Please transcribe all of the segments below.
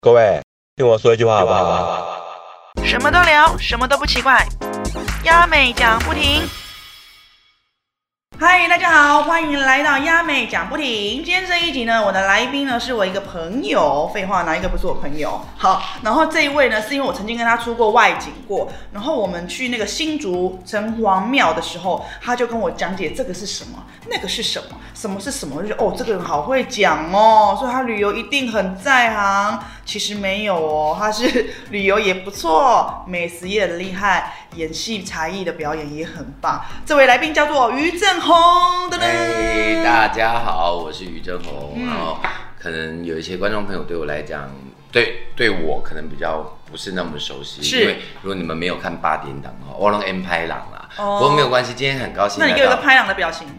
各位，听我说一句话好不好？ 什么都聊，什么都不奇怪，鸭妹讲不停。嗨，大家好，欢迎来到鸭妹讲不停。今天这一集呢，我的来宾呢是我一个朋友。废话，哪一个不是我朋友？好，然后这一位呢，是因为我曾经跟他出过外景过，然后我们去那个新竹城隍庙的时候，他就跟我讲解这个是什么，那个是什么，什么是什么，我就觉得哦，这个人好会讲哦，所以他旅游一定很在行。其实没有哦，他是旅游也不错，美食也很厉害，演戏才艺的表演也很棒。这位来宾叫做于正宏。 嘿，大家好，我是于正宏。然后可能有一些观众朋友对我来讲，对我可能比较不是那么熟悉，因为如果你们没有看8点档的话，我用 M 拍郎啦。不过没有关系，今天很高兴。 那你给我个拍郎的表情。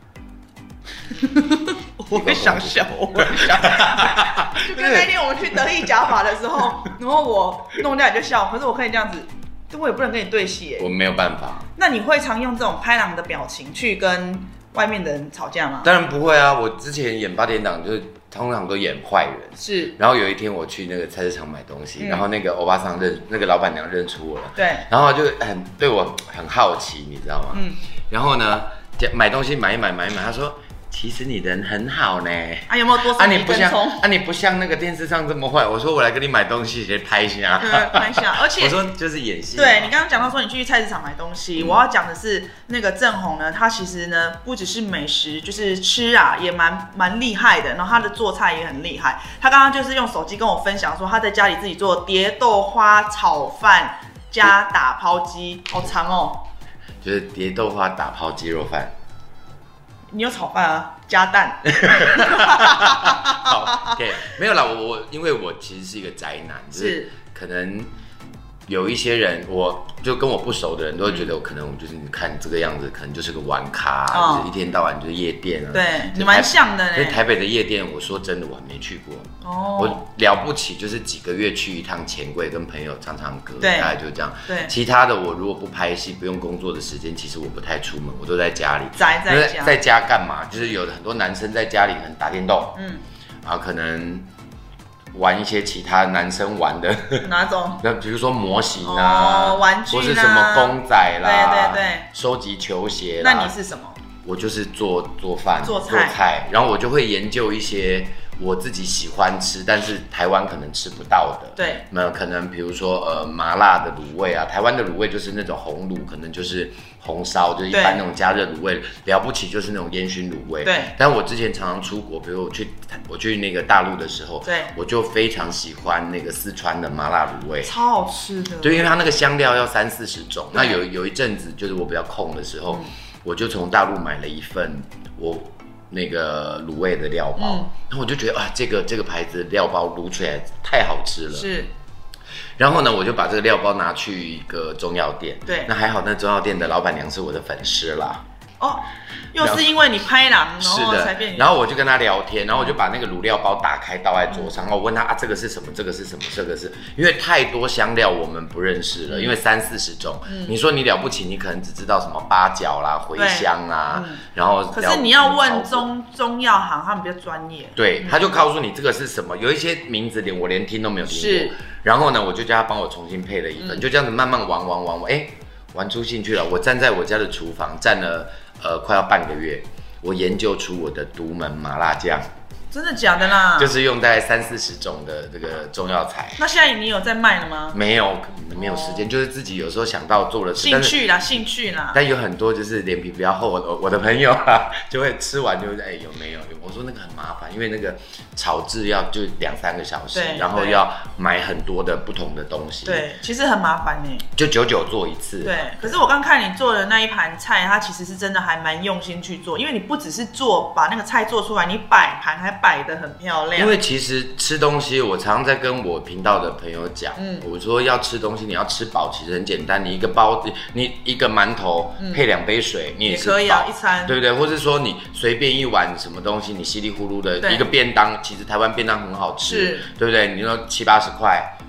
我会想笑，就跟那天我们去得意假发的时候，然后我弄掉你就笑，可是我可以这样子，我也不能跟你对戏耶。 我没有办法。 那你会常用这种拍郎的表情去跟外面的人吵架吗？ 当然不会啊，我之前演8点档就是通常都演坏人。 是。 然后有一天我去那个菜市场买东西，然后那个欧巴桑那个老板娘认出我了。 对。 然后就对我很好奇，你知道吗？然后呢，买东西买一买，他说。其实你人很好呢， 有没有多你不像那个电视上这么坏。我说我来跟你买东西，先拍一下， 拍一下。而且我说就是演戏。 对，你刚刚讲到说你去菜市场买东西，我要讲的是那个正宏呢，他其实呢不只是美食，就是吃啊也蛮厉害的，然后他的做菜也很厉害。他刚刚就是用手机跟我分享说他在家里自己做蝶豆花炒饭加打抛鸡，好长哦。 就是蝶豆花打抛鸡肉饭。 你有炒饭啊，加蛋。 好 ，OK， 没有啦，因为我其实是一个宅男，就是可能有一些人，我就跟我不熟的人都会觉得，我可能就是你看这个样子，可能就是个玩咖，就是一天到晚就是夜店啊。 对，你蛮像的呢。 所以台北的夜店，我说真的，我还没去过。我了不起就是几个月去一趟钱柜，跟朋友唱唱歌，大概就这样。 对， 其他的我如果不拍戏，不用工作的时间，其实我不太出门，我都在家里。 宅在家。 在家干嘛？就是有很多男生在家里可能打电动，然后可能玩一些其他男生玩的。 哪种？ 那比如说模型啊， 玩具啦， 或是什么公仔啦， 对， 收集球鞋啦。 那你是什么？ 我就是做饭、 做菜， 然后我就会研究一些我自己喜欢吃，但是台湾可能吃不到的。 对， 那可能比如说麻辣的卤味啊，台湾的卤味就是那种红卤，可能就是红烧，就是一般那种加热卤味，了不起就是那种烟熏卤味。 对。 但我之前常常出国，比如我去那个大陆的时候， 对， 我就非常喜欢那个四川的麻辣卤味， 超好吃的。 对，因为它那个香料要30-40种。那有一阵子就是我比较空的时候。我就从大陆买了一份我那个卤味的料包，然后我就觉得啊，这个牌子的料包卤出来太好吃了。 是。 然后呢，我就把这个料包拿去一个中药店。 对。 那还好，那中药店的老板娘是我的粉丝啦。 哦，又是因为你拍郎，然后才变。 然后我就跟他聊天，然后我就把那个卤料包打开倒在桌上，然后我问他啊，这个是什么？这个是什么？这个是因为太多香料我们不认识了，因为30-40种。你说你了不起，你可能只知道什么八角啦、茴香啊，然后。 可是你要问中药行，他们比较专业。 对，他就告诉你这个是什么，有一些名字我连听都没有听过。然后呢，我就叫他帮我重新配了一份，就这样子慢慢玩，玩出兴趣了。我站在我家的厨房站了。快要半个月，我研究出我的独门麻辣酱。 真的假的啦？ 就是用大概30-40种的这个中药材。 那现在你有在卖了吗？ 没有时间，就是自己有时候想到做了吃。 兴趣啦。 但有很多就是脸皮比较厚，我的朋友啊，就会吃完就会有没有？我说那个很麻烦，因为那个炒制要就2-3个小时，然后要买很多的不同的东西。 对，其实很麻烦呢。 就久久做一次。 对，可是我刚看你做的那一盘菜，它其实是真的还蛮用心去做，因为你不只是把那个菜做出来，你摆盘还摆得很漂亮。 因为其实吃东西，我常常在跟我频道的朋友讲，我说要吃东西，你要吃饱，其实很简单，你一个包，你一个馒头配2杯水，你也是饱， 可以啊，一餐， 对不对？或是说你随便一碗什么东西，你稀里糊涂的一个便当，其实台湾便当很好吃，对不对？你说70-80块。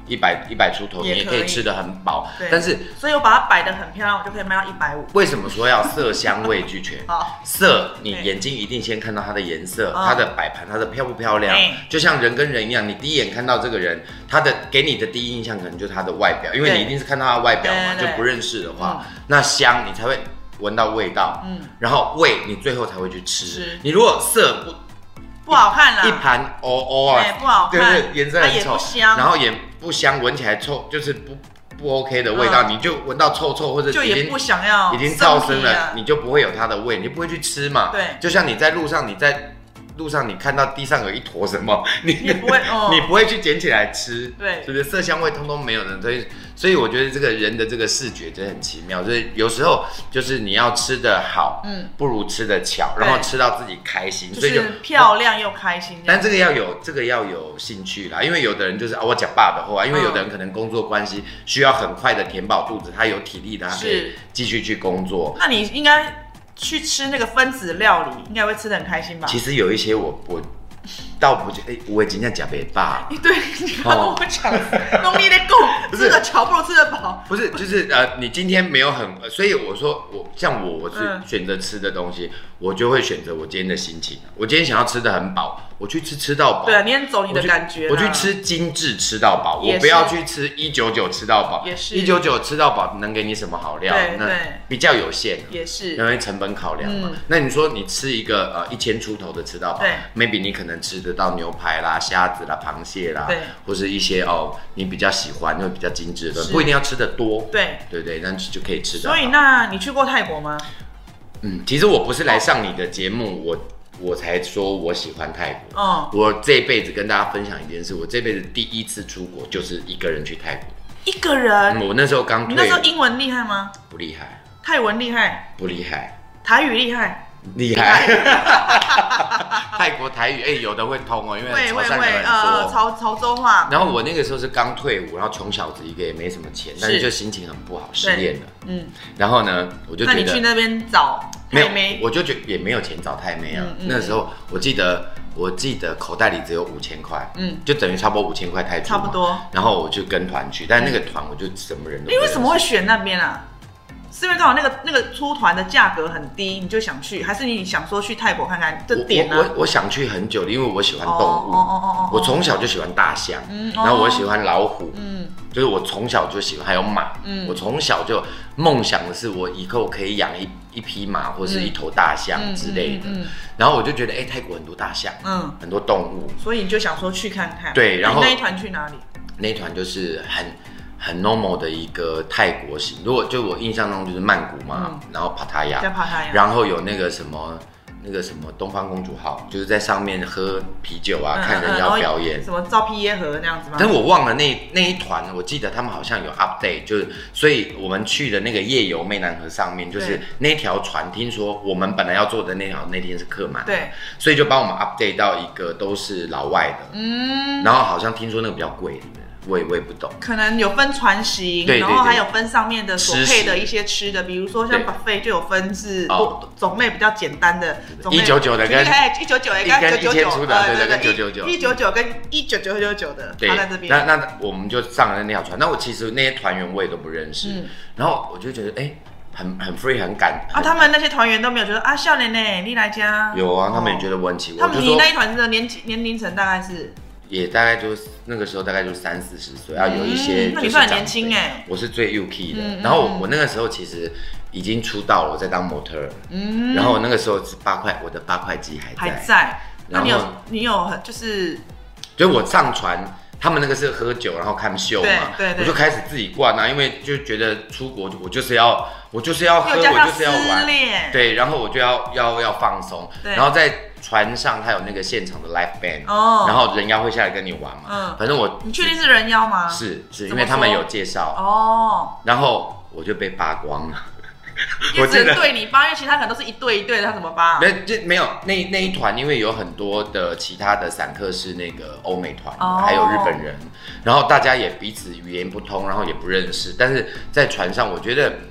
100出头，你也可以吃得很饱。但是， 所以我把它摆得很漂亮，我就可以卖到150。 为什么说要色香味俱全？色，你眼睛一定先看到它的颜色、它的摆盘、它的漂不漂亮。就像人跟人一样，你第一眼看到这个人，他的给你的第一印象可能就是他的外表，因为你一定是看到他的外表嘛，就不认识的话，那香你才会闻到味道，然后味你最后才会去吃。你如果色不好看了， 一盘不好看， 对，颜色很丑，然后也不香，闻起来臭，就是不 OK 的味道，你就闻到臭臭或者就也不想要， 已经噪声了，你就不会有它的味，你就不会去吃嘛。 对， 就像你在路上你看到地上有一坨什么，你不会，你不会去捡起来吃， 对， 是不是？色香味通通没有的，所以我觉得这个人的这个视觉真的很奇妙，所以有时候就是你要吃得好，不如吃得巧，然后吃到自己开心， 所以就漂亮又开心。 但这个要有兴趣啦，因为有的人就是我讲爸的话，因为有的人可能工作关系需要很快的填饱肚子，他有体力的，他可以继续去工作。 那你应该去吃那个分子料理，应该会吃得很开心吧？ 其实有一些我倒不觉得，我今天讲别爸。 对，你刚跟我讲，农历的够吃得巧不如吃得饱。 不是，就是你今天没有所以我说我是选择吃的东西，我就会选择我今天的心情。我今天想要吃得很饱，我去吃到饱。 对啊，你很走你的感觉。 我去吃精致吃到饱，我不要去吃199吃到饱。 也是 199吃到饱能给你什么好料？那比较有限。 也是， 因为成本考量嘛。那你说你吃一个1000出头的吃到饱，maybe 你可能吃得到牛排啦、虾子啦、螃蟹啦，或是一些你比较喜欢又比较精致的，不一定要吃得多。对，那就可以吃得好。 所以那你去过泰国吗？ 其实我不是来上你的节目，我才说我喜欢泰国。我这辈子跟大家分享一件事，我这辈子第一次出国就是一个人去泰国。 一个人？ 我那时候刚退。 你那时候英文厉害吗？ 不厉害。 泰文厉害？ 不厉害。 台语厉害？ 厉害。泰国台语有的会通因为潮汕人很多。 潮州话。 然后我那个时候是刚退伍，然后穷小子一个，也没什么钱，但是就心情很不好，失恋了。然后呢，我就觉得， 那你去那边找泰妹？ 我就觉得也没有钱找泰妹啊。那时候我记得口袋里只有5000块，就等于差不多5000块泰铢， 差不多。 然后我就跟团去，但那个团我就什么人都不认识。 你为什么会选那边啊？是因为刚好那个出团的价格很低，你就想去，还是你想说去泰国看看这点呢？ 我想去很久了，因为我喜欢动物。我从小就喜欢大象，然后我喜欢老虎，就是我从小就喜欢，还有马。我从小就梦想的是，我以后可以养一匹马或是一头大象之类的。然后我就觉得，泰国很多大象，很多动物， 所以你就想说去看看。 对，然后那一团去哪里？ 那一团就是很 normal 的一个泰国行，如果就我印象中就是曼谷嘛，然后帕塔亚，然后有那个什么东方公主号，就是在上面喝啤酒啊，看人妖表演， 什么照皮耶河那样子吗？ 但我忘了那一团，我记得他们好像有 update， 就是所以我们去的那个夜游湄南河上面，就是那条船，听说我们本来要坐的那天是客满， 对， 所以就帮我们 update 到一个都是老外的，然后好像听说那个比较贵。我也不懂， 可能有分船型，然后还有分上面的所配的一些吃的，比如说像 buffet 就有分是种类比较简单的 ，199的跟 199跟999 的，对，跟 999跟19999的，他在这边。 那我们就上了那条船，那我其实那些团员我也都不认识，然后我就觉得很 free 很敢他们那些团员都没有觉得少年呢，你来家有啊，他们也觉得我很奇怪。 你那一团的年龄层大概是？ 也大概就是那个时候大概就30-40岁，有一些那你算很年轻我是最 UK 的，然后我那个时候其实已经出道了，我在当模特儿，然后我那个时候是我的8块肌还在。 那你有就是我上船，他们那个是喝酒然后看秀嘛，我就开始自己灌啊，因为就觉得出国我就是要喝，我就是要玩，对，然后我就要放松，然后在船上它有那个现场的 live band，然后人妖会下来跟你玩嘛，反正你确定是人妖吗？ 是因为他们有介绍然后我就被扒光了。 我只能对你扒，因为其他可能都是一对一对的，他怎么扒？ 没有那一团，因为有很多的其他的散客是那个欧美团，还有日本人，然后大家也彼此语言不通，然后也不认识，但是在船上我觉得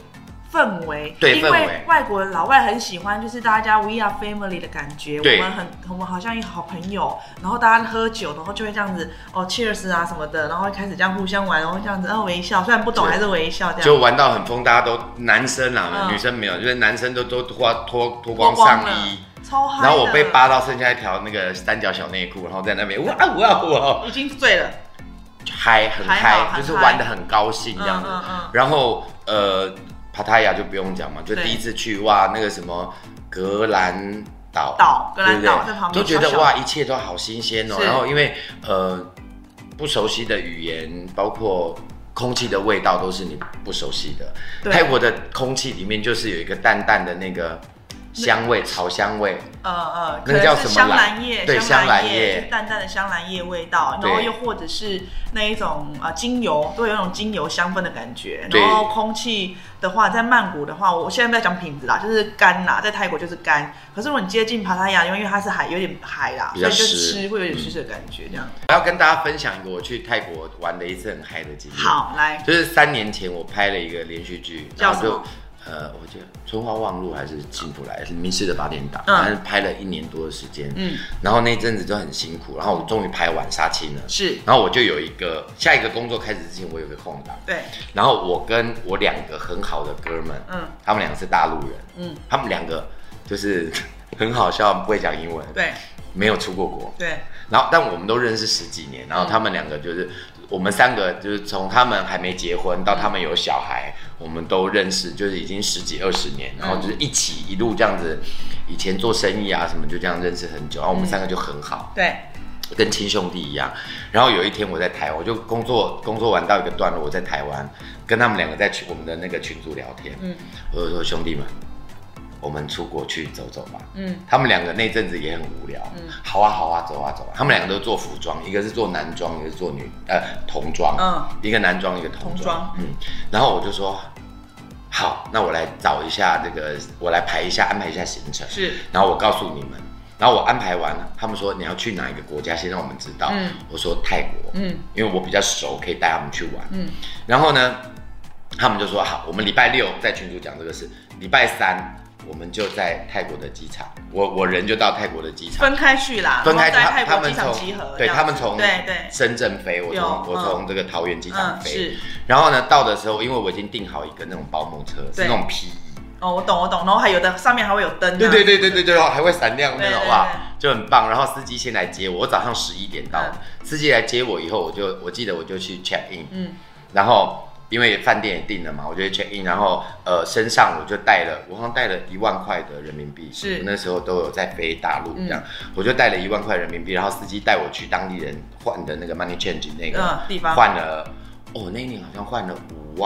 氛围， 对， 因为外国老外很喜欢，就是大家 we are family 的感觉，我们好像一好朋友，然后大家喝酒，然后就会这样子cheers 啊什么的，然后开始这样互相玩，然后这样子微笑，虽然不懂还是微笑这样， 就玩到很疯，大家都男生啊，女生没有，就是男生都脱光上衣。超嗨！然后我被扒到剩下一条那个三角小内裤，然后在那边哇， 已经醉了， 很嗨，就是玩得很高兴这样子。然后帕塔亚就不用讲嘛，就第一次去哇，那个什么格兰岛在旁边，都觉得哇，一切都好新鲜哦。然后因为不熟悉的语言，包括空气的味道都是你不熟悉的。泰国的空气里面就是有一个淡淡的那个香味，草香味， 那个叫什么？香兰叶， 对，香兰叶， 淡淡的香兰叶味道，然后又或者是那一种精油，都有那种精油香氛的感觉。然后空气的话，在曼谷的话，我现在不要讲品质啦，就是干啦，在泰国就是干。可是如果你接近帕塔亚，因为它是有点海啦，所以就是吃会有点湿的感觉这样。 我要跟大家分享一个我去泰国玩的一次很嗨的经历。 好，来， 就是3年前我拍了一个连续剧， 叫什么？ 我记得春花望路还是幸福来，是民视的8点档，但是拍了1年多的时间，然后那阵子就很辛苦，然后我终于拍完杀青了， 是， 然后我就有一个下一个工作开始之前，我有个空档， 对， 然后我跟我2个很好的哥们，他们2个是大陆人，他们2个就是很好笑，不会讲英文， 对， 没有出过国， 对， 然后但我们都认识10几年，然后他们2个就是。我们3个就是从他们还没结婚到他们有小孩，我们都认识，就是已经10几20年，然后就是一起一路这样子，以前做生意啊什么就这样认识很久，然后我们3个就很好， 对， 跟亲兄弟一样。然后有一天我在台湾，我就工作完到一个段落，我在台湾跟他们2个在我们的那个群组聊天，我就说兄弟们。我们出国去走走吧。他们2个那阵子也很无聊。好啊，走啊。他们2个都做服装，一个是做男装，一个是做童装。一个男装，一个童装。然后我就说，好，那我来找一下这个，我来安排一下行程。是。然后我告诉你们，然后我安排完了，他们说你要去哪一个国家，先让我们知道。我说泰国。因为我比较熟，可以带他们去玩。然后呢，他们就说好，我们礼拜6在群组讲这个事，礼拜3。我们就在泰国的机场，我人就到泰国的机场， 分开去啦， 分开在泰国机场集合， 对，他们从深圳飞，我从这个桃园机场飞， 是， 然后呢到的时候，因为我已经订好一个那种保姆车，是那种皮衣， 我懂，然后还有的上面还会有灯， 对，还会闪亮那种，哇，就很棒。然后司机先来接我，我早上11点到，司机来接我以后，我记得我就去 check in，然后。因为饭店也订了嘛，我就 check in， 然后身上我好像带了1万块的人民币，是我那时候都有在飞大陆这样，我就带了1万块人民币，然后司机带我去当地人换的那个 money change 那个地方， 换了，那一年好像换了5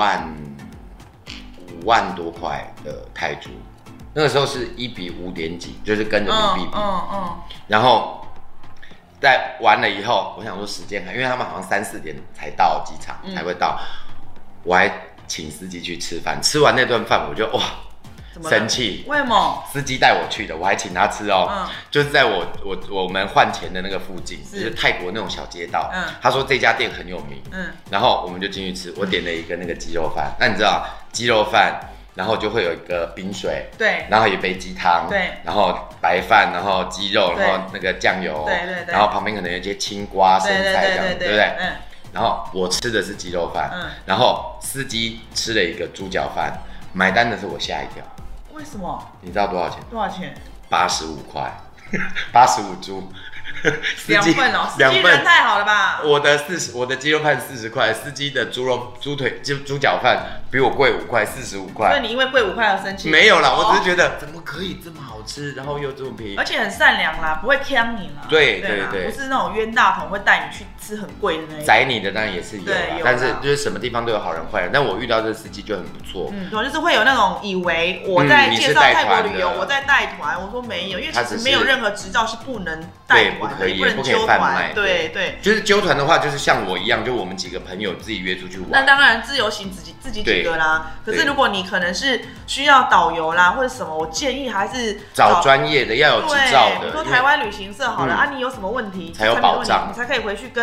万多块的泰铢，那个时候是1比5点几，就是跟人民币比，然后。在完了以后，我想说时间因为他们好像3、4点才到机场，才会到。我还请司机去吃饭，吃完那顿饭我就哇生气， 为什么？ 司机带我去的，我还请他吃哦，就是在我们换钱的那个附近，就是泰国那种小街道。他说这家店很有名，然后我们就进去吃，我点了一个那个鸡肉饭，那你知道鸡肉饭。然后就会有一个冰水， 对， 然后一杯鸡汤， 对， 然后白饭，然后鸡肉，然后那个酱油， 对， 然后旁边可能有一些青瓜、生菜这样，对不对？然后我吃的是鸡肉饭，然后司机吃了一个猪脚饭，买单的是我吓一跳。 为什么？ 你知道多少钱？ 多少钱 ？85块，85铢。 2份哦，司机人太好了吧？ 我的鸡肉饭40块，司机的猪脚饭比我贵5块，45块。 所以你因为贵5块而生气？ 没有啦，我只是觉得怎么可以这么好吃，然后又这么便宜， 而且很善良啦，不会坑你啦。 对， 不是那种冤大头会带你去吃很贵的那种。宰你的当然也是有啦，但是就是什么地方都有好人坏人。但我遇到这个司机就很不错， 就是会有那种以为我在介绍泰国旅游，我在带团，我说没有，因为其实没有任何执照是不能带团的，也不能揪团。对， 就是揪团的话，就是像我一样，就我们几个朋友自己约出去玩。 那当然自由行自己几个啦。可是如果你可能是需要导游啦或者什么，我建议还是找专业的，要有执照的。 说台湾旅行社好了啊，你有什么问题才有保障， 你才可以回去跟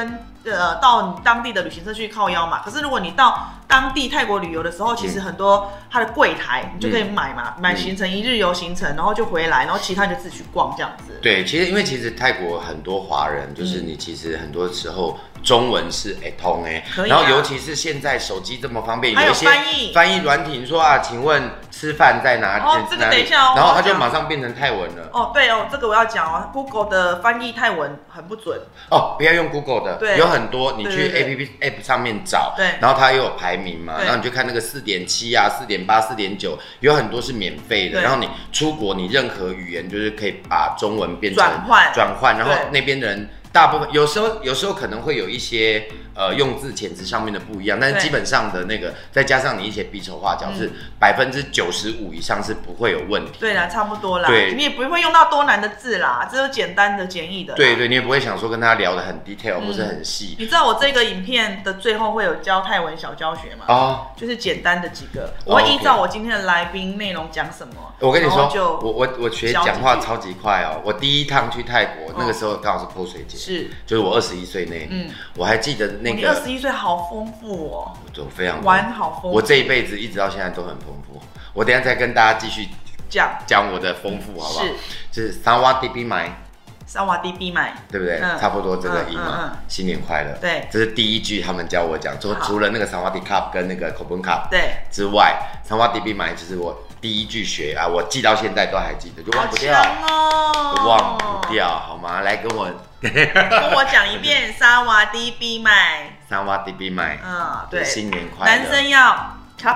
到你当地的旅行社去靠腰嘛。可是如果你到当地泰国旅游的时候，其实很多它的柜台你就可以买嘛，买行程1日游行程，然后就回来，然后其他你就自己去逛这样子。 对，因为泰国很多华人，就是你其实很多时候中文是通然后尤其是现在手机这么方便， 还有一些翻译软体，说啊，请问吃饭在哪里？ 这个等一下然后它就马上变成泰文了。 对这个我要讲哦 ，Google 的翻译泰文很不准不要用 Google 的，有很多你去 App 上面找， 对， 然后它也有排名嘛，然后你就看那个4.7啊、4.8、4.9，有很多是免费的，然后你出国，你任何语言就是可以把中文变成转换，然后那边的人。大部分有时候可能会有一些用字遣词上面的不一样，但是基本上的那个再加上你一些比手画脚是95%以上是不会有问题。 对啦，差不多啦。 对， 你也不会用到多难的字啦，只有简单的简易的。 对，你也不会想说跟他聊得很 detail 或是很细。 你知道我这个影片的最后会有教泰文小教学吗？就是简单的几个，我会依照我今天的来宾内容讲什么。 我跟你说，我学讲话超级快哦。我第一趟去泰国那个时候刚好是泼水节。就是我21岁那年，我还记得那个。 你21岁好丰富哦， 我非常玩好丰富。 我这一辈子一直到现在都很丰富。我等一下再跟大家继续讲我的丰富，好不好？就是萨瓦迪比买， 萨瓦迪比买， 对不对？差不多这个音嘛。新年快乐。 对， 这是第一句他们教我讲，除了那个萨瓦迪 cup 跟那个口本 cup 之外，萨瓦迪比买就是我第一句学啊，我记到现在都还记得，就忘不掉，忘不掉，好吗？来跟我讲一遍，萨瓦迪比买， 萨瓦迪比买， 对， 新年快乐。 男生要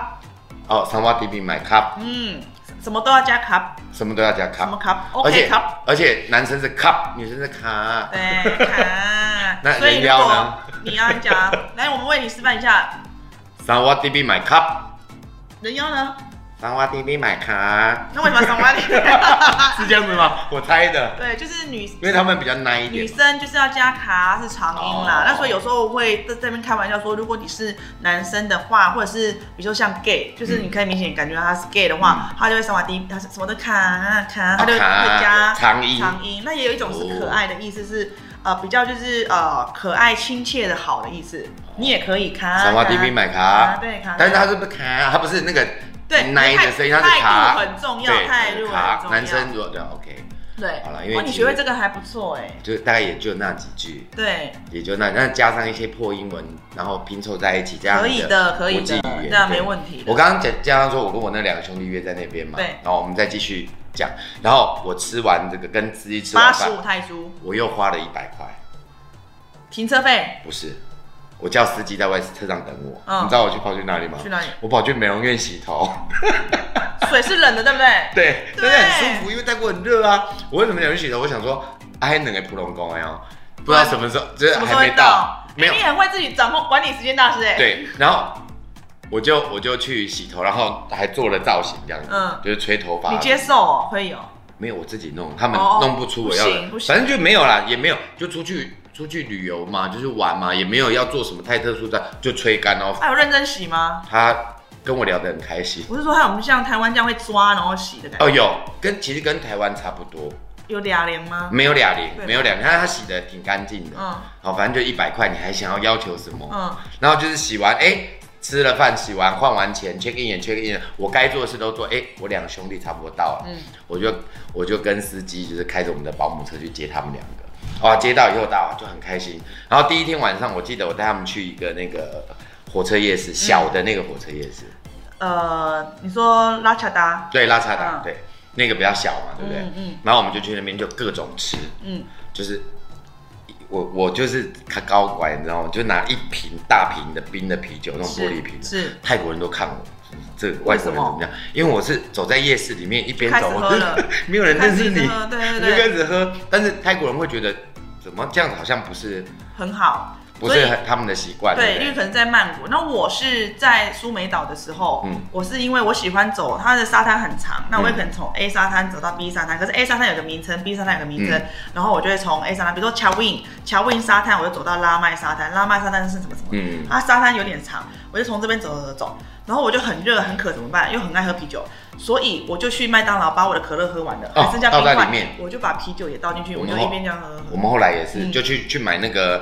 cup， 萨瓦迪比买 cup， 什么都要加 cup， 什么都要加 cup， 什么 cup，OK cup， 而且男生是 cup， 女生是卡， 对卡。 那人妖呢？ 你要讲，来，我们为你示范一下， 萨瓦迪比买 cup， 人妖呢？ 萨瓦迪比买卡， 那为什么萨瓦迪？ 是这样子吗？我猜的。 对，就是因为他们比较耐一点。 女生就是要加卡是长音啦，那所以有时候会在这边开玩笑说，如果你是男生的话，或者是比如说像 gay， 就是你可以明显感觉他是 gay 的话，他就会萨瓦迪，他是什么的卡，他就会加长音。那也有一种是可爱的意思是。比较就是可爱亲切的好的意思，你也可以卡。 萨瓦迪比买卡， 对卡， 但是他是不卡，他不是那个奶的声音，他是卡。态度很重要，态度很重要。 男生如果对 OK， 对， 好了，因为你学会这个还不错就大概也就那几句， 对， 也就那加上一些破英文，然后拼凑在一起，这样可以的，那没问题。 我刚刚加上说，我跟我那2个兄弟约在那边嘛， 对， 然后我们再继续讲，然后我吃完这个跟司机吃完饭 85泰铢， 我又花了100块。 停车费不是，我叫司机在外车上等我。你知道我跑去哪里吗？ 去哪里？ 我跑去美容院洗头。 水是冷的，对不对？ 对，真的很舒服，因为泰国很热啊。我为什么想去洗头？我想说，还冷个普龙宫不知道什么时候，就是还没到。 没有，你很会自己掌控管理时间大师对，然后我就去洗头，然后还做了造型这样子，就是吹头发。 你接受可以没有，我自己弄，他们弄不出我要的，反正就没有啦，也没有，就出去旅游嘛，就是玩嘛，也没有要做什么太特殊的，就吹干哦。 他有认真洗吗？ 他跟我聊得很开心。 我是说，我们像台湾这样会抓然后洗的感觉。 有，其实跟台湾差不多。 有2连吗？ 没有2连，没有2连，他洗得挺干净的。好，反正就100块，你还想要求什么？然后就是洗完，吃了饭，洗完，换完钱 ，check in，我该做的事都做。我2个兄弟差不多到了，我就跟司机就是开着我们的保姆车去接他们2个。接到以后到就很开心。然后第一天晚上，我记得我带他们去一个那个火车夜市，小的那个火车夜市。 你说拉查达？ 对，拉查达，对，那个比较小嘛，对不对？然后我们就去那边就各种吃，就是我就是高拐，你知道吗？就拿1瓶大瓶的冰的啤酒，那种玻璃瓶的。是泰国人都看我。这个外国人怎么样？因为我是走在夜市里面一边走，没有人认识你，就开始喝。但是泰国人会觉得怎么这样子好像不是很好， 不是他们的习惯。 对，因为可能在曼谷。那我是在苏梅岛的时候，我是因为我喜欢走，它的沙滩很长，那我也可能从 A 沙滩走到 B 沙滩。可是 A 沙滩有个名称 ，B 沙滩有个名称，然后我就会从 A 沙滩，比如说乔温沙滩，我就走到拉麦沙滩，拉麦沙滩是什么什么？它沙滩有点长，我就从这边走。然后我就很热很渴怎么办？又很爱喝啤酒，所以我就去麦当劳把我的可乐喝完了，还剩下冰块，我就把啤酒也倒进去，我就一边这样喝。 我们后来也是，就去买那个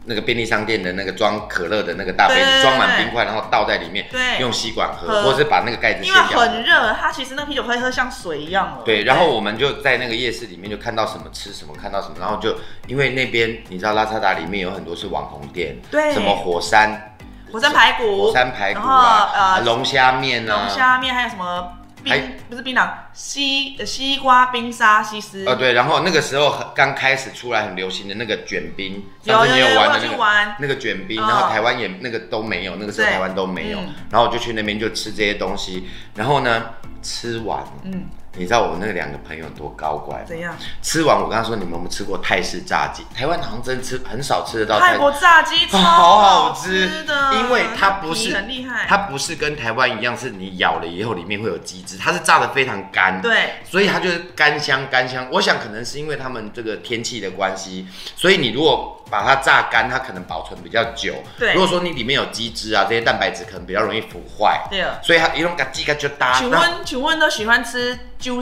那个便利商店的那个装可乐的那个大杯子，装满冰块，然后倒在里面，用吸管喝，或者是把那个盖子掀掉。 因为很热，它其实那个啤酒可以喝像水一样了。 对，然后我们就在那个夜市里面就看到什么吃什么，看到什么，然后就因为那边你知道拉萨达里面有很多是网红店， 对， 什么火山排骨啊，龙虾面啊， 龙虾面还有什么？不是槟榔，西瓜冰沙西施。 对，然后那个时候刚开始出来很流行的那个卷冰，上次你有玩的那个卷冰，然后台湾也那个都没有，那个时候台湾都没有，然后我就去那边就吃这些东西，然后呢吃完，你知道我那2个朋友多高乖吗？ 怎样？ 吃完我跟他说，你们有没有吃过泰式炸鸡？台湾好像真很少吃得到泰国炸鸡，超好吃的， 因为它不是很厉害， 它不是跟台湾一样，是你咬了以后里面会有鸡汁，它是炸得非常干， 对， 所以它就是干香。我想可能是因为他们这个天气的关系，所以你如果把它炸干，它可能保存比较久。 对， 如果说你里面有鸡汁啊，这些蛋白质可能比较容易腐坏。 对， 所以它一种嘎叽嘎就搭。 请问都喜欢吃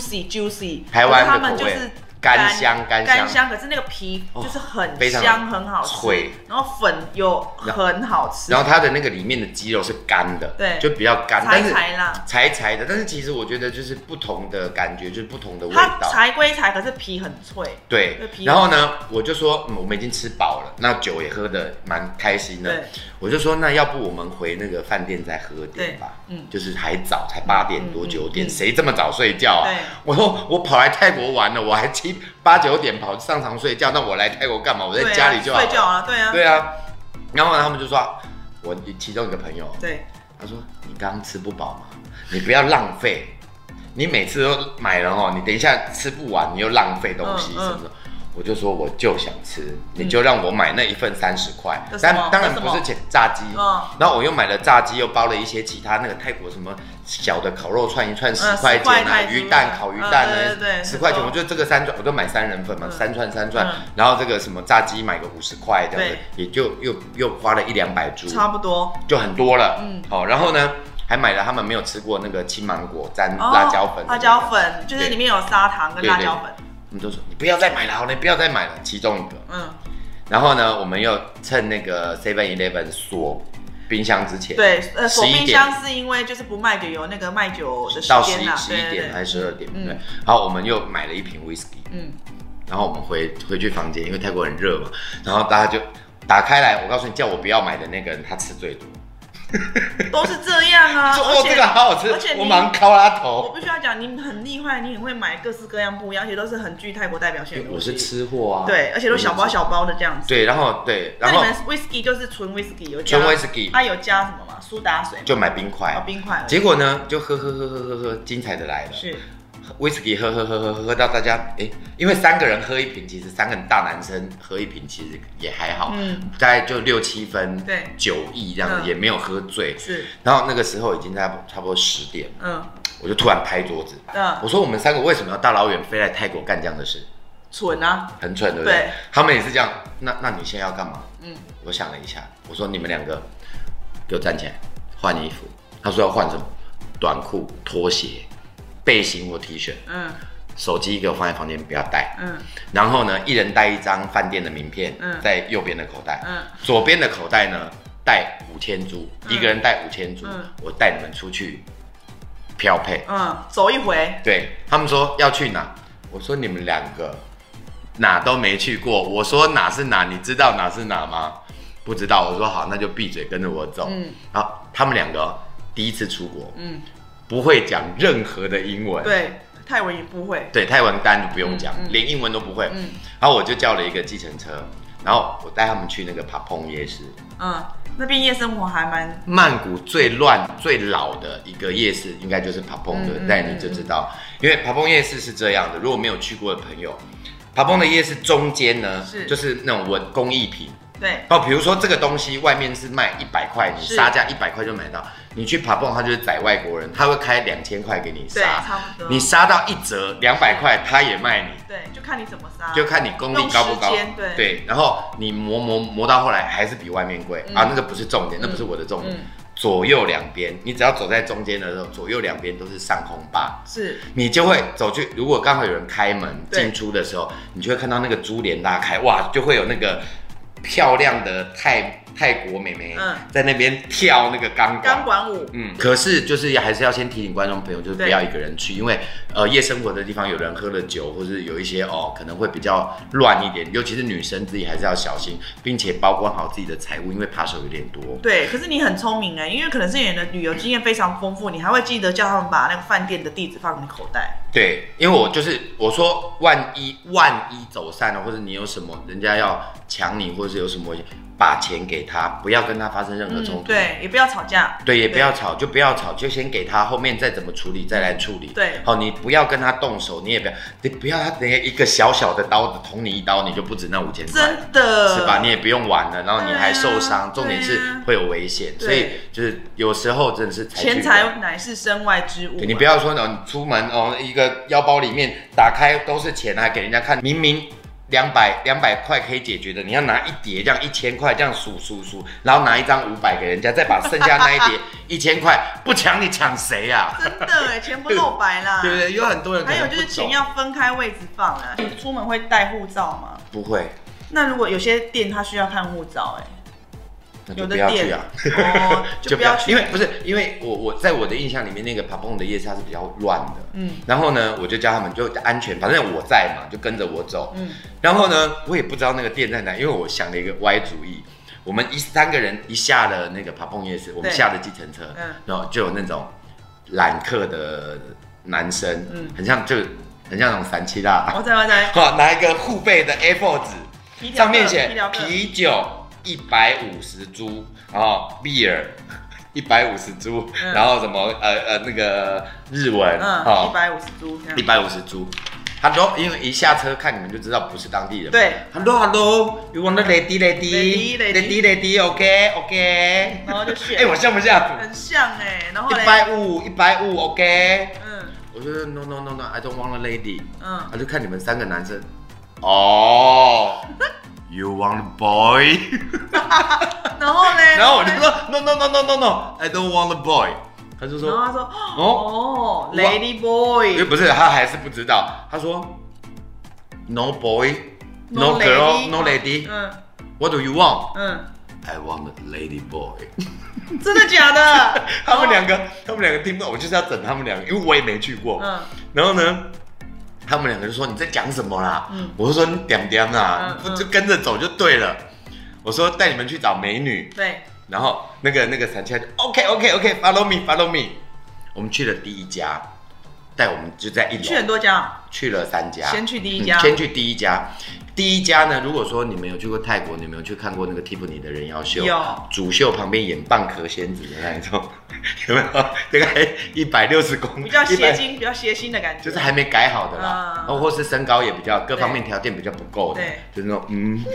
juicy， 台湾他们就是干香， 可是那个皮就是很香，很好吃， 脆， 然后粉又很好吃， 然后它的那个里面的鸡肉是干的， 对， 就比较干， 柴的，但是其实我觉得就是不同的感觉，就是不同的味道。 它柴归柴，可是皮很脆。 对，然后呢，我就说，我们已经吃饱了，那酒也喝得蛮开心的，我就说，那要不我们回那个饭店再喝点吧，就是还早，才8点多9点，谁这么早睡觉啊？我说我跑来泰国玩了，我还8、9点跑上床睡觉，那我来泰国干嘛？我在家里就好了。 睡觉啊， 对啊。然后呢，他们就说，我其中一个朋友，他说你刚刚吃不饱吗？你不要浪费，你每次都买了哦，你等一下吃不完，你又浪费东西什么的。我就说我就想吃，你就让我买那一份30块，但当然不是炸鸡。然后我又买了炸鸡，又包了一些其他那个泰国什么小的烤肉串，一串10块钱啊，鱼蛋烤鱼蛋呢10块钱，我就这个3串，我就买3人份嘛，3串，然后这个什么炸鸡买个50块这样子，也就又花了100-200铢， 差不多就很多了。好，然后呢？还买了他们没有吃过那个青芒果沾辣椒粉， 辣椒粉就是里面有砂糖跟辣椒粉。 他们都说你不要再买了，好，你不要再买了。其中一个，然后呢，我们又趁那个 7-Eleven 锁冰箱之前， 锁冰箱是因为就是不卖酒，有那个卖酒的时间到11点还是12点，对。然后我们又买了一瓶 whisky，然后我们回去房间，因为泰国很热嘛，然后大家就打开来，我告诉你，叫我不要买的那个人，他吃最多。 都是这样啊！ 这个好好吃，我马上敲他头。 我必须要讲，你很厉害，你很会买各式各样不一样，而且都是很具泰国代表性的东西。 我是吃货啊。 对，而且都小包小包的这样子。 对，然后。那你们 whisky 就是纯 whisky 有加？ 纯 whisky。 它有加什么吗？苏打水？ 就买冰块。 冰块。 结果呢，就喝，精彩的来了。 是。 whisky 喝到大家因为3个人喝一瓶，其实3个大男生喝一瓶其实也还好，大概就6、7分，酒意这样子，也没有喝醉。 是， 然后那个时候已经差不多10点，我就突然拍桌子，我说我们3个为什么要大老远飞来泰国干这样的事？ 蠢啊， 很蠢，对不对？他们也是这样。那你现在要干嘛？我想了一下，我说你们2个给我站起来换衣服。他说要换什么？短裤、拖鞋。背心或 T 恤，手机给我放在房间，不要带，然后呢，一人带一张饭店的名片，在右边的口袋，左边的口袋呢带5000铢，一个人带5000铢，我带你们出去漂配， 走一回。 对，他们说要去哪，我说你们2个哪都没去过，我说哪是哪，你知道哪是哪吗？不知道，我说好，那就闭嘴跟着我走。然后他们2个第一次出国，不会讲任何的英文， 对，泰文也不会， 对，泰文当然就不用讲，连英文都不会。然后我就叫了一个计程车，然后我带他们去那个帕蓬夜市。 那边夜生活还蛮…… 曼谷最乱、最老的一个夜市，应该就是帕蓬的，带你就知道。因为帕蓬夜市是这样的，如果没有去过的朋友，帕蓬的夜市中间呢，就是那种工艺品。 对， 比如说这个东西外面是卖100块，你杀价100块就买到。你去爬蹦，他就是宰外国人，他会开2000块给你杀， 差不多。 你杀到1折200块，他也卖你。 对，就看你怎么杀， 就看你功力高不高。 对， 然后你磨到后来还是比外面贵啊，那个不是重点，那不是我的重点。左右两边，你只要走在中间的时候，左右两边都是上空坝， 是你就会走去。如果刚好有人开门进出的时候，你就会看到那个珠帘拉开，哇，就会有那个漂亮的泰国妹妹在那边跳那个钢管舞。 可是就是还是要先提醒观众朋友，就是不要一个人去，因为夜生活的地方有人喝了酒，或是有一些可能会比较乱一点，尤其是女生自己还是要小心，并且保管好自己的财物，因为扒手有点多。 对，可是你很聪明因为可能是你的旅游经验非常丰富，你还会记得叫他们把那个饭店的地址放你口袋。 对，因为我说万一走散了，或者你有什么人家要抢你，或者是有什么，把钱给他，不要跟他发生任何冲突。 对，也不要吵架。 对，也不要吵，就不要吵，就先给他，后面再怎么处理再来处理。 对， 好，你不要跟他动手，你不要他等一个小小的刀子捅你一刀，你就不止那5000块， 真的， 是吧？你也不用玩了，然后你还受伤，重点是会有危险，所以就是有时候真的是钱财乃是身外之物。 你不要说你出门一个腰包里面打开都是钱，还给人家看，明明200块可以解决的，你要拿一叠这样1000块这样数，然后拿一张500给人家，再把剩下那一叠1000块不抢你抢谁啊？ 真的钱不露白啦， 对不对？有很多人还有就是钱要分开位置放啊。你出门会带护照吗？ 不会。 那如果有些店它需要看护照那就不要去啊， 就不要去， 因为我在我的印象里面，那个Papong的夜市它是比较乱的，然后呢，我就叫他们就安全，反正我在嘛，就跟着我走，然后呢，我也不知道那个店在哪，因为我想了一个歪主意，我们3个人一下了那个Papong夜市，我们下了计程车，然后就有那种揽客的男生，很像那种3七辣， 我在， 好，拿一个护背的 A4 纸，上面写啤酒。150株，然后 beer 150株，然后什么那个日文 150株 ，150株。Hello， 因为一下车看你们就知道不是当地人。 对 ，Hello，you want the lady？ OK。 然后就选。 我像不像？ 很像然后 150 OK。我说 No，I don't want a lady。他就看你们3个男生。You want a boy？ 然后呢？ 然后我就说 No，I don't want a boy。他就说， 然后他说Lady boy。 不是，他还是不知道。他说 No boy，No girl，No lady。What do you want？I want a lady boy。 真的假的？ 他们两个听不懂，我就是要整他们两个，因为我也没去过。然后呢？他们2个就说你在讲什么啦？我就说你点啦，就跟着走就对了。我说带你们去找美女。 对。 然后那个3七就 OK，follow me。我们去了第一家，带我们就在1楼。 去很多家。 去了3家。 先去第一家。 先去第一家。第一家呢，如果说你们有去过泰国，你们有去看过那个 Tiffany 的人妖秀，主秀旁边演蚌壳仙子的那一种，有没有？大概160公分， 比较谐星的感觉， 就是还没改好的啦，或是身高也比较各方面条件比较不够的，就是那种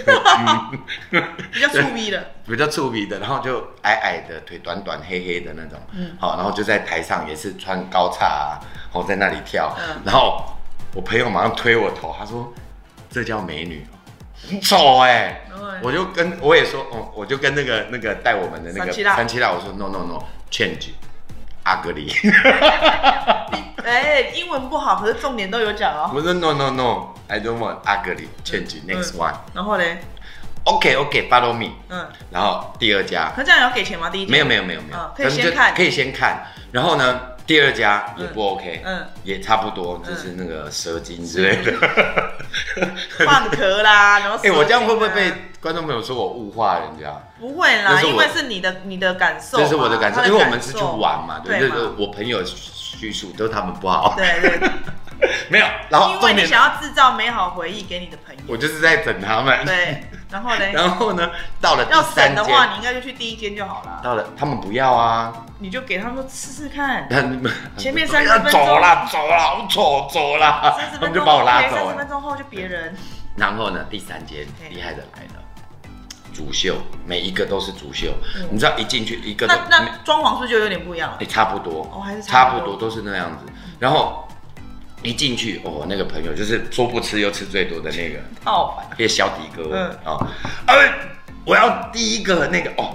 比较粗鄙的， 比较粗鄙的，然后就矮矮的，腿短短黑黑的那种，好，然后就在台上也是穿高叉啊，然后在那里跳，然后我朋友马上推我头，他说。这叫美女，很丑我也说，我就跟那个带我们的那个3七辣，我说 No change ugly。 英文不好，可是重点都有讲哦。 我说 No I don't want ugly change next one。 然后嘞 OK follow me。然后第2家， 可这样要给钱吗？第一家没有， 可以先看， 可以先看，然后呢？第2家也不 OK，也差不多，就是那个蛇精之类的， 蚌壳啦，然后我这样会不会被观众朋友说我物化人家？ 不会啦，因为是你的感受， 这是我的感受，因为我们是去玩嘛，对，就是我朋友叙述都是他们不好， 对， 没有，然后因为你想要制造美好回忆给你的朋友， 我就是在整他们， 对，然后呢， 到了第3间， 要整的话，你应该就去第1间就好了。 到了，他们不要啊。 你就给他们说试看，前面30 分钟，走啦，好丑，走啦，他们就把我拉走了。 30分钟后就别人。 然后呢，第3间厉害的来了，主秀，每一个都是主秀，你知道一进去一个都， 那装潢是不是就有点不一样了？ 差不多， 还是差不多都是那样子。然后一进去，那个朋友就是说不吃又吃最多的那个，那个小迪哥，我要第一个那个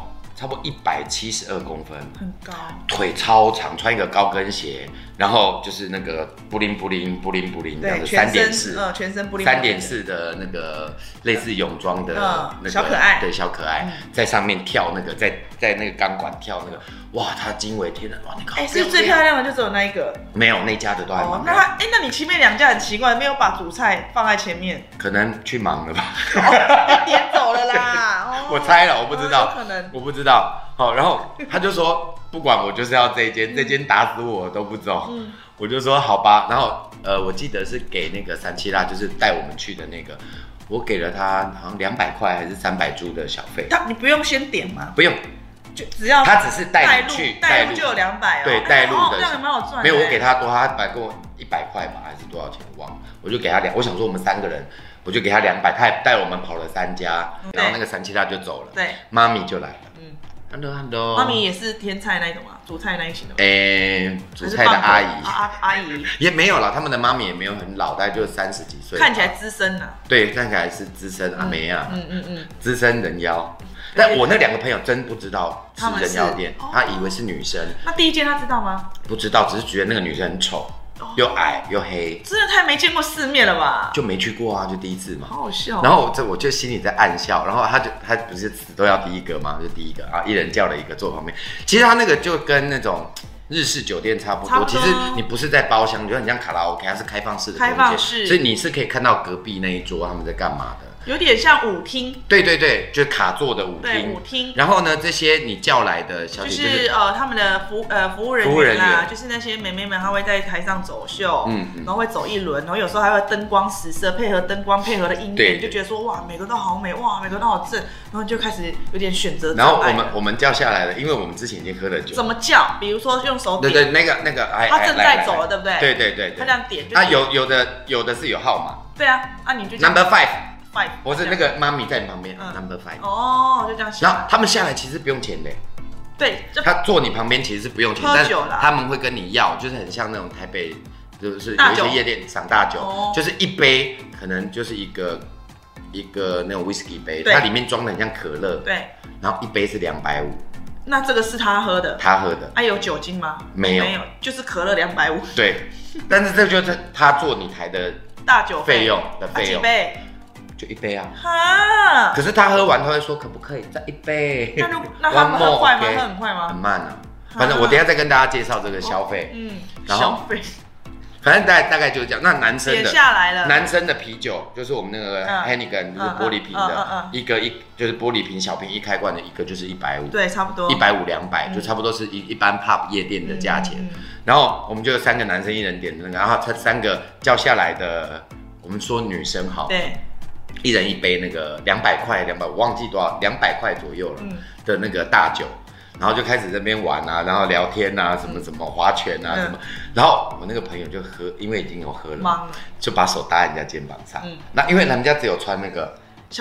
差不多172公分， 很高， 腿超长，穿一个高跟鞋，然后就是那个布灵布灵布灵布灵这样子3.4， 全身布灵 3.4的那个类似泳装的那个小可爱， 对，小可爱在上面跳那个，在那个钢管跳那个，哇，他惊为天人，哇，那个是最漂亮的就只有那一个， 没有那家的都还蛮漂亮。那你前面2家很奇怪，没有把主菜放在前面， 可能去忙了吧， 点走了啦。 我猜了，我不知道， 可能我不知道。好，然后他就说，不管我就是要这间打死我都不走。我就说好吧。然后我记得是给那个三七辣，就是带我们去的那个，我给了他好像200块还是300铢的小费。 你不用先点吗？ 不用。 就只要他只是带你去， 带路就有200哦。 对，带路的， 这样蛮好赚。 没有，我给他多，他本来跟我100块吧，还是多少钱我忘了，我就给他我想说我们3个人，我就给他200，他也带我们跑了3家，然后那个三七辣就走了， 对， 妈咪就来了，Hello， 妈咪也是天菜那种啊，主菜那一型的吗？ 主菜的阿姨， 阿姨也没有啦，他们的妈咪也没有很老，大概就30几岁， 看起来资深啊， 对，看起来是资深阿梅啊，资深人妖。但我那2个朋友真不知道是人妖店，他以为是女生。 那第一间他知道吗？ 不知道，只是觉得那个女生很丑，又矮又黑， 真的太没见过世面了吧？ 就没去过啊，就第一次嘛。 好好笑。 然后我就心里在暗笑，然后他不是死都要第一个嘛，就第一个啊，一人叫了一个坐旁边。其实他那个就跟那种日式酒店差不多，其实你不是在包厢，你就很像卡拉 OK， 它是开放式的空间，所以你是可以看到隔壁那一桌他们在干嘛的。 有点像舞厅， 对，就是卡座的舞厅。 对，舞厅。 然后呢，这些你叫来的小姐就是他们的服务人员啦，就是那些妹妹们，她会在台上走秀，然后会走一轮，然后有时候还会灯光实色，配合灯光配合的音乐，你就觉得说哇，每个都好美，哇，每个都好正，然后就开始有点选择障碍。 然后我们叫下来了，因为我们之前已经喝了酒。 怎么叫？比如说用手点。 对，那个， 他正在走了，对不对？ 对。 他这样点。 啊，有的是有号码。 对啊，你就 Number 5。 我是那个妈咪在你旁边，Number 5。 哦，就这样。 然后他们下来其实不用钱的。 对， 他坐你旁边其实是不用钱，但他们会跟你要，就是很像那种台北，就是有一些夜店赏大酒，就是一杯可能就是一个那种 whisky 杯，它里面装的很像可乐， 对， 然后一杯是250。 那这个是他喝的？ 他喝的。 有酒精吗？ 没有， 就是可乐250。 对，但是这就是他坐你台的大酒费用的费用。 几杯？ 就一杯啊！ 哈， 可是他喝完他会说可不可以再一杯？ 那他喝快吗？他很快吗？ 很慢啊。反正我等一下再跟大家介绍这个消费。 消费。 反正大概就是这样。那男生的下来了。 男生的啤酒就是我们那个 Heineken， 就是玻璃瓶的，一个就是玻璃瓶小瓶一开罐的，一个就是150。 对，差不多。 150、200，就差不多是一般 pub 夜店的价钱。然后我们就有3个男生，一人点的那个，然后他3个叫下来的，我们说女生好。 对。 一人一杯那个200块，我忘记多少，200块左右了的那个大酒，然后就开始这边玩啊，然后聊天啊，什么划拳啊什么，然后我那个朋友就喝，因为已经有喝了，就把手搭在人家肩膀上，那因为人家只有穿那个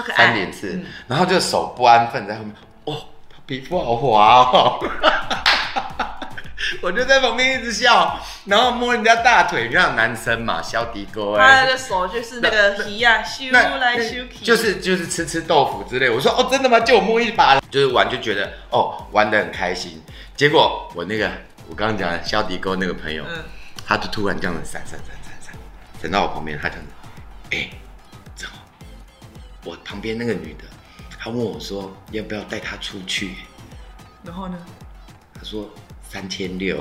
3.4，然后就手不安分在后面，他皮肤好滑哦。我就在旁边一直笑，然后摸人家大腿，让男生嘛，小迪哥他的手就是那个皮啊，咻来咻去， 就是吃豆腐之类。我说真的吗？借我摸一把，就是玩就觉得玩得很开心。结果我刚刚讲的小迪哥那个朋友，他就突然这样子闪到我旁边，他讲正好我旁边那个女的，她问我说要不要带她出去， 然后呢， 她说3600。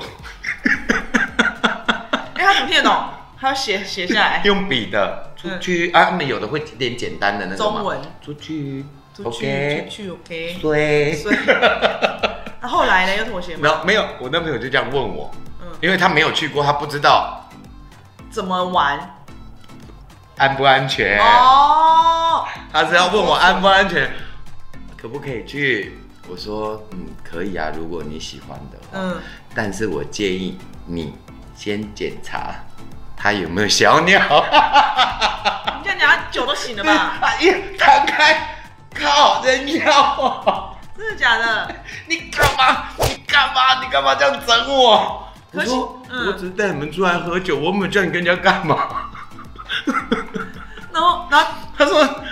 他怎么听得懂？他要写下来， 用笔的出去啊。他们有的会点简单的那种中文， 出去 OK， 对。 那后来呢？有妥协吗？ 然后没有，我那朋友就这样问我，因为他没有去过，他不知道怎么玩， 安不安全他是要问我安不安全，可不可以去？我说可以啊，如果你喜欢的话，但是我建议你先检查他有没有小鸟。 你这样讲，他酒都醒了吧？ 一摊开，靠，人妖！ 真的假的？ 你干嘛？你干嘛这样整我？我说我只是带你们出来喝酒，我没有叫你跟人家干嘛。 然后他说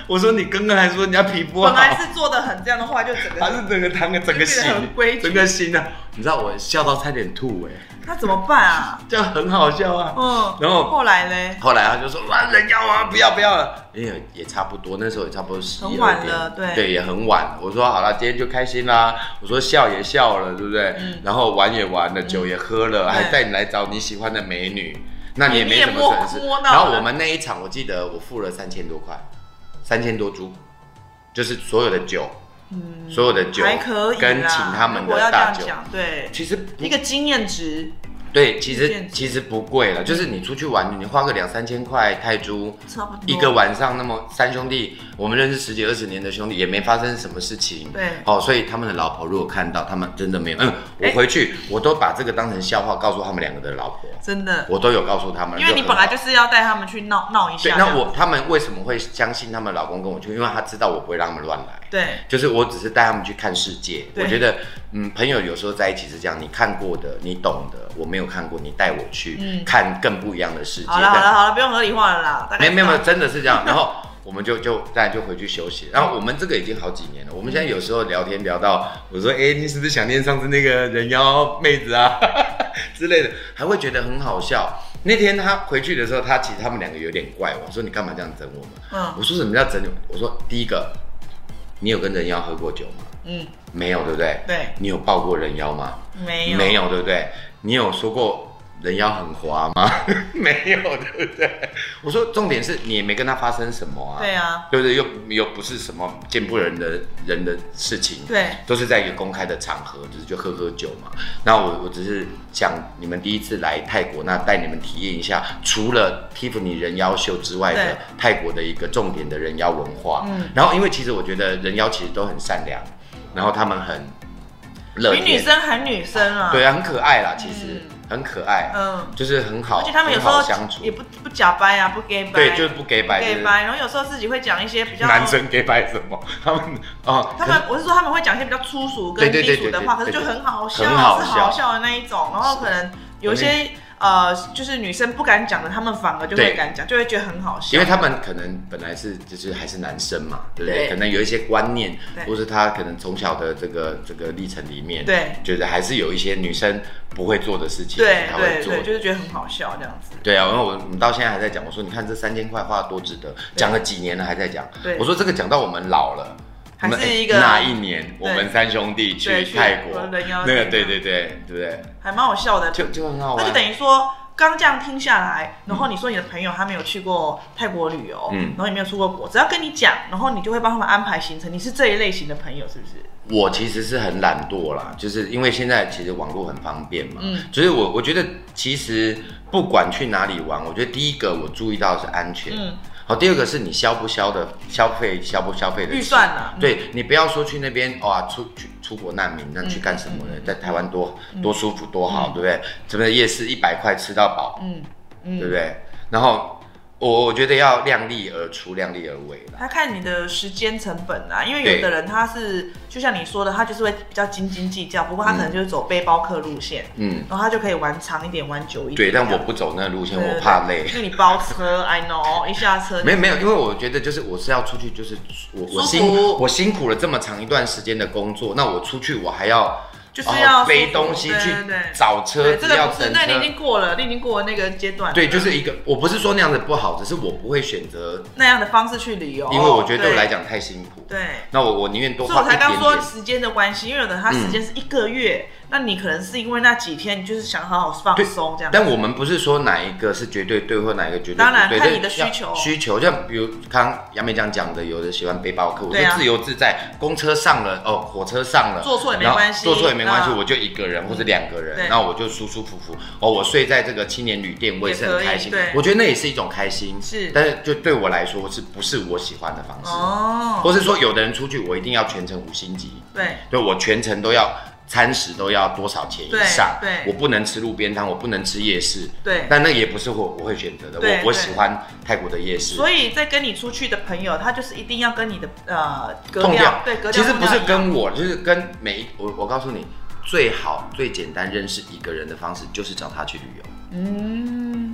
我说你刚刚还说人家皮肤好， 本来是做的很这样的，后来就整个他是整个堂整个心，整个心啊！你知道我笑到差点吐哎， 那怎么办啊？ 这样很好笑啊。然后后来嘞？ 后来他就说哇人妖啊，不要了，因为也差不多，那时候也差不多11、 很晚了， 对，也很晚。我说好了，今天就开心啦。我说笑也笑了，对不对？然后玩也玩了，酒也喝了，还带你来找你喜欢的美女，那你也没什么损失。然后我们那一场，我记得我付了3000多块，3000多铢，就是所有的酒。所有的酒还可以跟请他们的大酒， 对， 其实一个经验值。 对，其实不贵了，就是你出去玩，你花个2、3千块泰铢， 差不多一个晚上。那么3兄弟，我们认识10几20年的兄弟，也没发生什么事情。 对， 所以他们的老婆如果看到，他们真的没有。我回去我都把这个当成笑话，告诉他们2个的老婆。 真的， 我都有告诉他们， 因为你本来就是要带他们去闹一下。 对，那他们为什么会相信他们老公跟我去？因为他知道我不会让他们乱来。 对， 就是我只是带他们去看世界。我觉得，朋友有时候在一起是这样，你看过的，你懂的，我没有看过，你带我去看更不一样的世界。 好了，不用合理化了啦。 没有，真的是这样。然后我们当然就回去休息。然后我们这个已经好几年了，我们现在有时候聊天聊到，我说，你是不是想念上次那个人妖妹子啊之类的，还会觉得很好笑。那天他回去的时候，其实他们2个有点怪我，说你干嘛这样整我们？我说什么叫整你？我说第一个，你有跟人妖喝过酒吗？没有，对不对？ 对。 你有抱过人妖吗？没有，对不对？你有说过人妖很滑吗？没有，对不对？我说重点是你也没跟他发生什么啊。 对啊。 对不对？又不是什么见不人的人的事情。 对。 都是在一个公开的场合，就喝酒嘛。那我只是想你们第一次来泰国，那带你们体验一下，除了 Tiffany 人妖秀之外的泰国的一个重点的人妖文化。然后因为其实我觉得人妖其实都很善良，然后他们很乐天， 比女生还女生啊。 对啊，很可爱啦，其实。很可爱，就是很好， 而且他们有时候相处也不假掰啊，不 gay 掰， 对，就是不 gay 掰， 然后有时候自己会讲一些比较男生 gay 掰什么， 我是说他们会讲一些比较粗俗跟低俗的话，可是就很好笑，是好笑的那一种，然后可能有一些就是女生不敢讲的，他们反而就会敢讲，就会觉得很好笑。 因为他们可能本来就是还是男生嘛，对不对？可能有一些观念，或是他可能从小的这个历程里面，对，觉得还是有一些女生不会做的事情， 对，就是觉得很好笑这样子。 对啊，因为我们到现在还在讲，我说你看这3000块花得多值得，讲了几年了还在讲，我说这个讲到我们老了。 还是一个那一年，我们3兄弟去泰国，那个对不对？ 还蛮好笑的， 就很好玩。 那就等于说，刚这样听下来，然后你说你的朋友他没有去过泰国旅游，然后也没有出过国，只要跟你讲，然后你就会帮他们安排行程。你是这一类型的朋友是不是？ 我其实是很懒惰啦，就是因为现在其实网络很方便嘛，就是我觉得其实不管去哪里玩，我觉得第一个我注意到的是安全。好，第二个是你消不消的消费的预算啊， 对你不要说去那边哇出国难民，那去干什么呢？在台湾多舒服多好，对不对？这边夜市100块吃到饱，对不对？然后我觉得要量力而出，量力而为啦。 他看你的时间成本啊，因为有的人他是就像你说的，他就是会比较斤斤计较，不过他可能就是走背包客路线，然后他就可以玩长一点，玩久一点。 对，但我不走那个路线，我怕累。 因为你包车 ，I know， 一下车没有，因为我觉得就是我是要出去，就是我辛苦了这么长一段时间的工作，那我出去我还要。 就是要背东西去找车子，要等车。 那你已经过了那个阶段。 对，就是一个，我不是说那样子不好，只是我不会选择那样的方式去旅游， 因为我觉得对我来讲太辛苦。 对， 那我宁愿多花一点点。 所以我才刚说时间的关系，因为有的他时间是1个月，那你可能是因为那几天你就是想好好放松这样。 但我们不是说哪一个是绝对对，或哪一个绝对不对。 当然看你的需求，像比如刚刚杨美讲的，有的喜欢背包客，我就自由自在，公车上了火车上了， 坐错也没关系， 我就1个人或者2个人，那我就舒舒服服我睡在这个青年旅店，我也是很开心。我觉得那也是一种开心，是。但是就对我来说不是我喜欢的方式或是说有的人出去我一定要全程5星级，对，我全程都要餐食都要多少钱以上，对，我不能吃路边摊，我不能吃夜市，对。但那也不是我会选择的，我喜欢泰国的夜市。 所以在跟你出去的朋友，他就是一定要跟你的格调，对，格调。 其实不是跟我，就是跟我告诉你。最好最简单认识一个人的方式就是找他去旅游。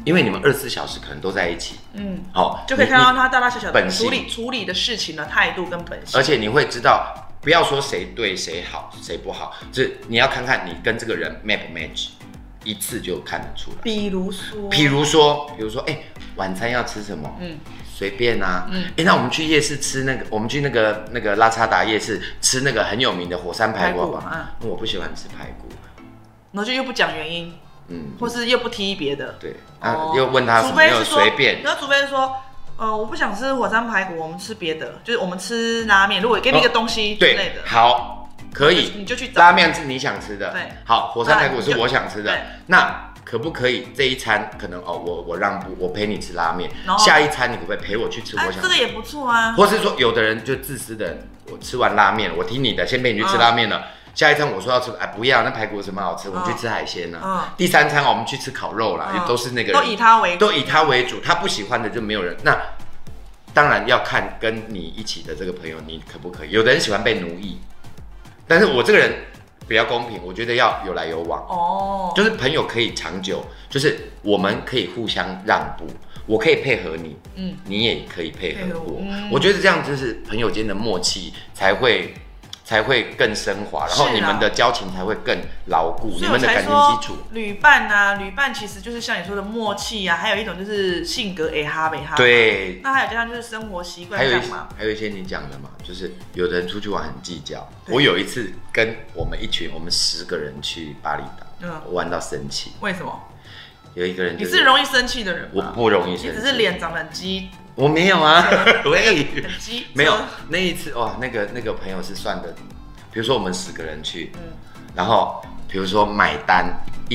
因为你们24小时可能都在一起， 就可以看到他大大小小的本性处理的事情的态度跟本性， 而且你会知道，不要说谁对谁好谁不好，就是你要看看你跟这个人 match 不 match， 一次就看得出来。比如说，晚餐要吃什么？随便啊。那我们去夜市吃我们去那个拉查达夜市吃那个很有名的火山排骨吧。我不喜欢吃排骨， 然后就又不讲原因，或是又不提别的。 对，又问他什么又随便。 然后除非是说，我不想吃火山排骨，我们吃别的，就是我们吃拉面。如果给你一个东西之类的， 好，可以， 你就去找。 拉面是你想吃的， 对， 好，火山排骨是我想吃的，那可不可以这一餐可能我让步，我陪你吃拉面，下一餐你可不可以陪我去吃我想吃的？ 这个也不错啊。 或是说有的人就自私的，我吃完拉面，我听你的，先陪你去吃拉面了。下一餐我说要吃，不要，那排骨有什么好吃？我们去吃海鲜呢。第三餐我们去吃烤肉啦，也都是那个人， 都以他为主， 他不喜欢的就没有人。那当然要看跟你一起的这个朋友，你可不可以？有的人喜欢被奴役，但是我这个人比较公平，我觉得要有来有往。就是朋友可以长久，就是我们可以互相让步，我可以配合你，你也可以配合我。我觉得这样就是朋友间的默契才会更升华，然后你们的交情才会更牢固，你们的感情基础。 旅伴其实就是像你说的默契啊，还有一种就是性格哈。 对。 那还有加上就是生活习惯干嘛？ 还有一些你讲的嘛，就是有的人出去玩很计较。我有一次跟我们10个人去巴厘岛，我玩到生气。 为什么？ 有一个人， 你是容易生气的人吗？ 我不容易生气， 你只是脸长得很鸡。 我没有啊，没有。那一次哇，那个朋友是算的，比如说我们10个人去，然后比如说买单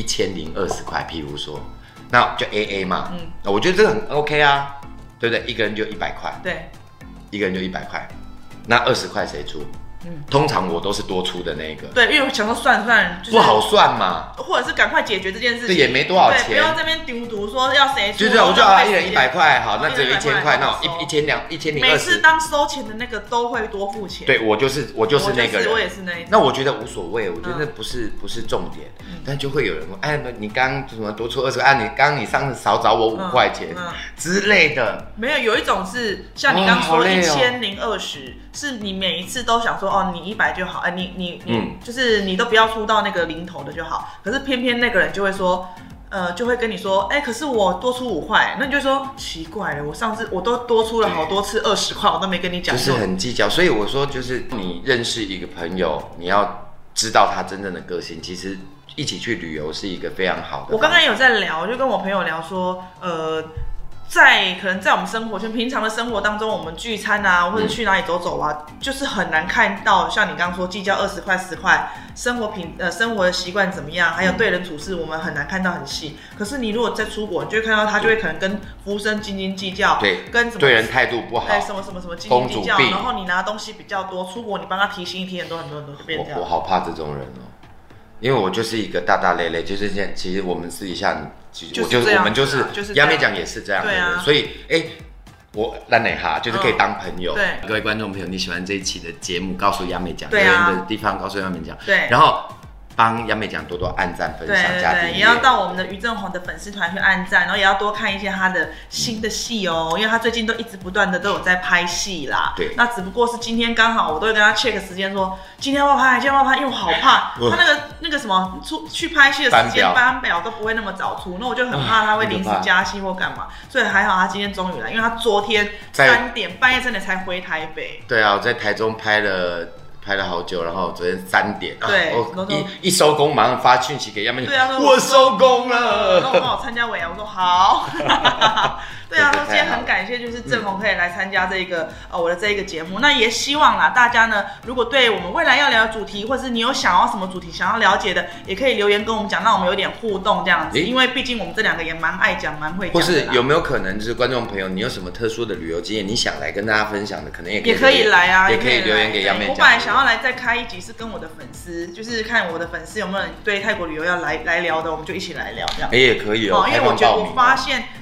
1020块，譬如说，那就 AA 嘛，我觉得这个很 OK 啊，对不对？一个人就100块， 对， 一个人就100块，那20块谁出？通常我都是多出的那个， 对，因为我想说算，就是不好算嘛， 或者是赶快解决这件事情， 这也没多少钱， 不要这边丢毒说要谁出， 就是我就1人100块，好，那只有1000块，那1020， 每次当收钱的那个都会多付钱， 对我就是那个人， 我也是那一种， 那我觉得无所谓，我觉得那不是重点，但就会有人问，你刚刚什么多出20块，你上次少找我5块钱之类的， 没有一种是像你刚说1020，是你每一次都想说。你100就好，你就是你都不要出到那个零头的就好。可是偏偏那个人就会说，就会跟你说，可是我多出5块，那你就说奇怪了，我上次我都多出了好多次20块，我都没跟你讲， 就是很计较。所以我说，就是你认识一个朋友，你要知道他真正的个性，其实一起去旅游是一个非常好的。 我刚刚有在聊，就跟我朋友聊说，可能在我们生活圈平常的生活当中，我们聚餐啊，或者去哪里走走啊，就是很难看到像你刚刚说计较20块10块，生活的习惯怎么样，还有对人处事，我们很难看到很细。可是你如果在出国，你就会看到他就会可能跟服务生斤斤计较， 对， 跟什么对人态度不好， 什么斤斤计较，然后你拿东西比较多，出国你帮他提醒很多就变这样。 我好怕这种人哦。因为我就是一个大大咧咧，就是现在其实我们私底下，我们就是亚美讲也是这样的人，所以我烂内哈就是可以当朋友。 对， 各位观众朋友，你喜欢这一期的节目，告诉亚美讲留言的地方，告诉亚美讲。 对， 然后帮亚美讲多多按赞、分享、加订阅， 也要到我们的于正宏的粉丝团去按赞，然后也要多看一些他的新的戏哦，因为他最近都一直不断的都有在拍戏啦。 对， 那只不过是今天刚好我都会跟他 check 时间说今天要拍，因为我好怕他那个什么去拍戏的时间班表都不会那么早出，那我就很怕他会临时加戏或干嘛，所以还好他今天终于来，因为他昨天半夜3点才回台北。 对啊，我在台中拍了好久，然后昨天3点， 对， 一收工马上发讯息给亚美， 对啊， 我收工了， 然后我帮我参加尾牙，我说好，对啊，说今天很感谢，就是正宏可以来参加这个我的这一个节目，那也希望啦，大家呢，如果对我们未来要聊的主题，或是你有想要什么主题想要了解的，也可以留言跟我们讲，让我们有点互动这样子，因为毕竟我们这2个也蛮爱讲，蛮会讲的。 或是有没有可能就是观众朋友，你有什么特殊的旅游经验，你想来跟大家分享的，可能也可以来啊， 也可以留言给亚美讲。 我本来想要来再开一集是跟我的粉丝，就是看我的粉丝有没有人对泰国旅游要来聊的，我们就一起来聊这样。 也可以哦， 因为我发现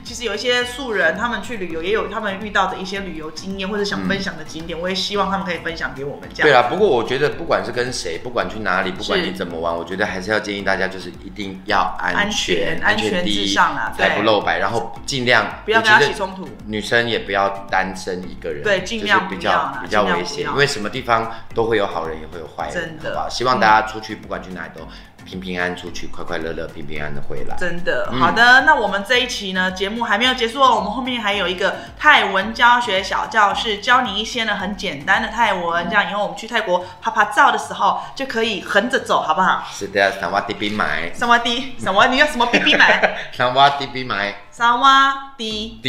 其实有一些素人，他们去旅游也有他们遇到的一些旅游经验或者想分享的景点，我也希望他们可以分享给我们这样。 对啦，不过我觉得不管是跟谁，不管去哪里，不管你怎么玩，我觉得还是要建议大家就是一定要安全第一， 至上啦， 才不露白，然后尽量不要跟他起冲突。 女生也不要单身一个人， 对，尽量比较危险，因为什么地方都会有好人也会有坏人， 真的。 好不好？希望大家出去不管去哪里都平平安出去，快快乐乐，平平安的回来。 真的，好的，那我们这一期呢节目还没有结束哦，我们后面还有一个泰文教学小教室，教你一些呢很简单的泰文，这样以后我们去泰国拍拍照的时候就可以横着走，好不好？ 是的，萨瓦迪比买， 萨瓦迪，你要什么 BB 买？ 萨瓦迪比买， 萨瓦迪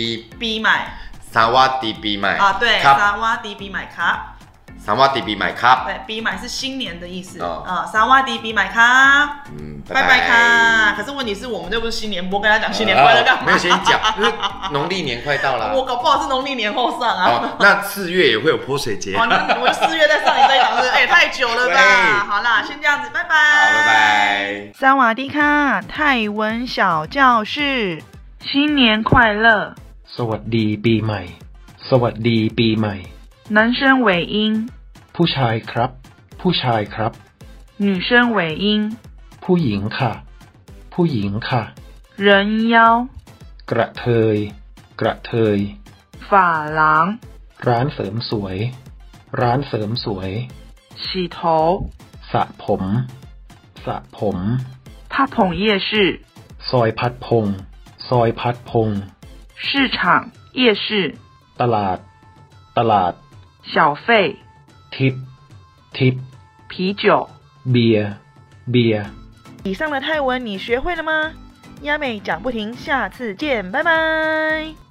B 买， 萨瓦迪比买啊，对，萨瓦迪比买卡。 萨瓦迪比买卡， 对，比买是新年的意思。萨瓦迪比买卡，拜拜卡。可是问题是我们又不是新年播，跟他讲新年快乐干嘛？ 没有先讲，因为农历年快到了。 我搞不好是农历年后上啊。 那4月也会有泼水节。 那我就4月再上你这一档，哎，太久了吧？好啦，先这样子，拜拜。 好，拜拜。 萨瓦迪卡，泰文小教室，新年快乐。 สวัสดีปีใหม่สวัสดีปีใหม่男生尾音ผู้ชายครับผู้ชายครับ女生尾音ผู้หญิงค่ะผู้หญิงค่ะ人妖กระเทยกระเทย发廊ร้านเสริมสวยร้านเสริมสวย洗头สระผมสระผม帕蓬夜市ซอยพัดพงซอยพัดพง市场夜市ตลาดตลาด小费ทิปทิป啤酒เบียร์เบียร์以上的泰文你学会了吗？亚美讲不停，下次见，拜拜。